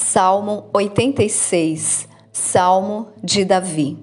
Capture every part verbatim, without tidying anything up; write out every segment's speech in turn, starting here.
Salmo oitenta e seis, Salmo de Davi.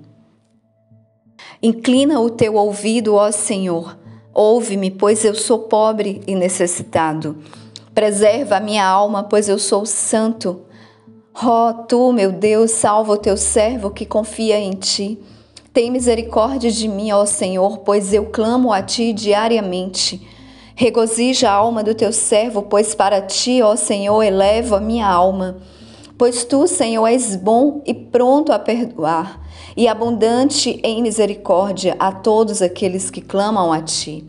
Inclina o teu ouvido, ó Senhor, ouve-me, pois eu sou pobre e necessitado. Preserva a minha alma, pois eu sou santo. Ó, tu, meu Deus, salva o teu servo que confia em ti. Tem misericórdia de mim, ó Senhor, pois eu clamo a ti diariamente. Regozija a alma do teu servo, pois para ti, ó Senhor, elevo a minha alma. Pois tu, Senhor, és bom e pronto a perdoar, e abundante em misericórdia a todos aqueles que clamam a ti.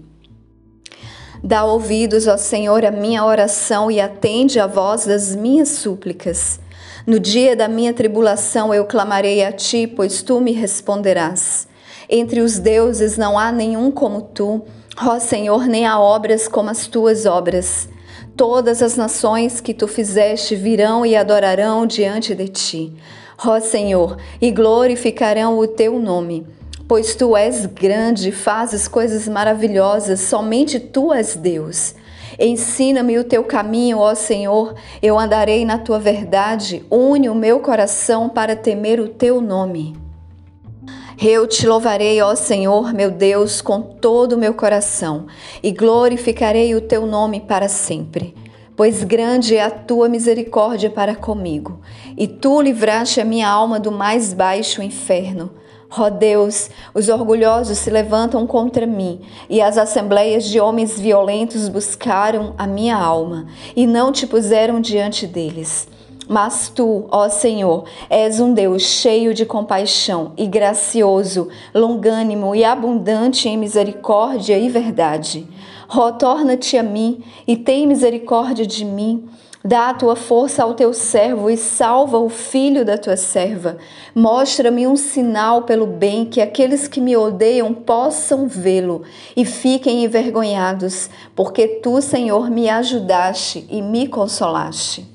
Dá ouvidos, ó Senhor, à minha oração e atende a voz das minhas súplicas. No dia da minha tribulação eu clamarei a ti, pois tu me responderás. Entre os deuses não há nenhum como tu, ó Senhor, nem há obras como as tuas obras. Todas as nações que tu fizeste virão e adorarão diante de ti, ó Senhor, e glorificarão o teu nome. Pois tu és grande, fazes coisas maravilhosas, somente tu és Deus. Ensina-me o teu caminho, ó Senhor, eu andarei na tua verdade, une o meu coração para temer o teu nome. Eu te louvarei, ó Senhor, meu Deus, com todo o meu coração, e glorificarei o teu nome para sempre. Pois grande é a tua misericórdia para comigo, e tu livraste a minha alma do mais baixo inferno. Ó Deus, os orgulhosos se levantam contra mim, e as assembleias de homens violentos buscaram a minha alma, e não te puseram diante deles. Mas tu, ó Senhor, és um Deus cheio de compaixão e gracioso, longânimo e abundante em misericórdia e verdade. Ó, torna-te a mim e tem misericórdia de mim. Dá a tua força ao teu servo e salva o filho da tua serva. Mostra-me um sinal pelo bem, que aqueles que me odeiam possam vê-lo e fiquem envergonhados, porque tu, Senhor, me ajudaste e me consolaste.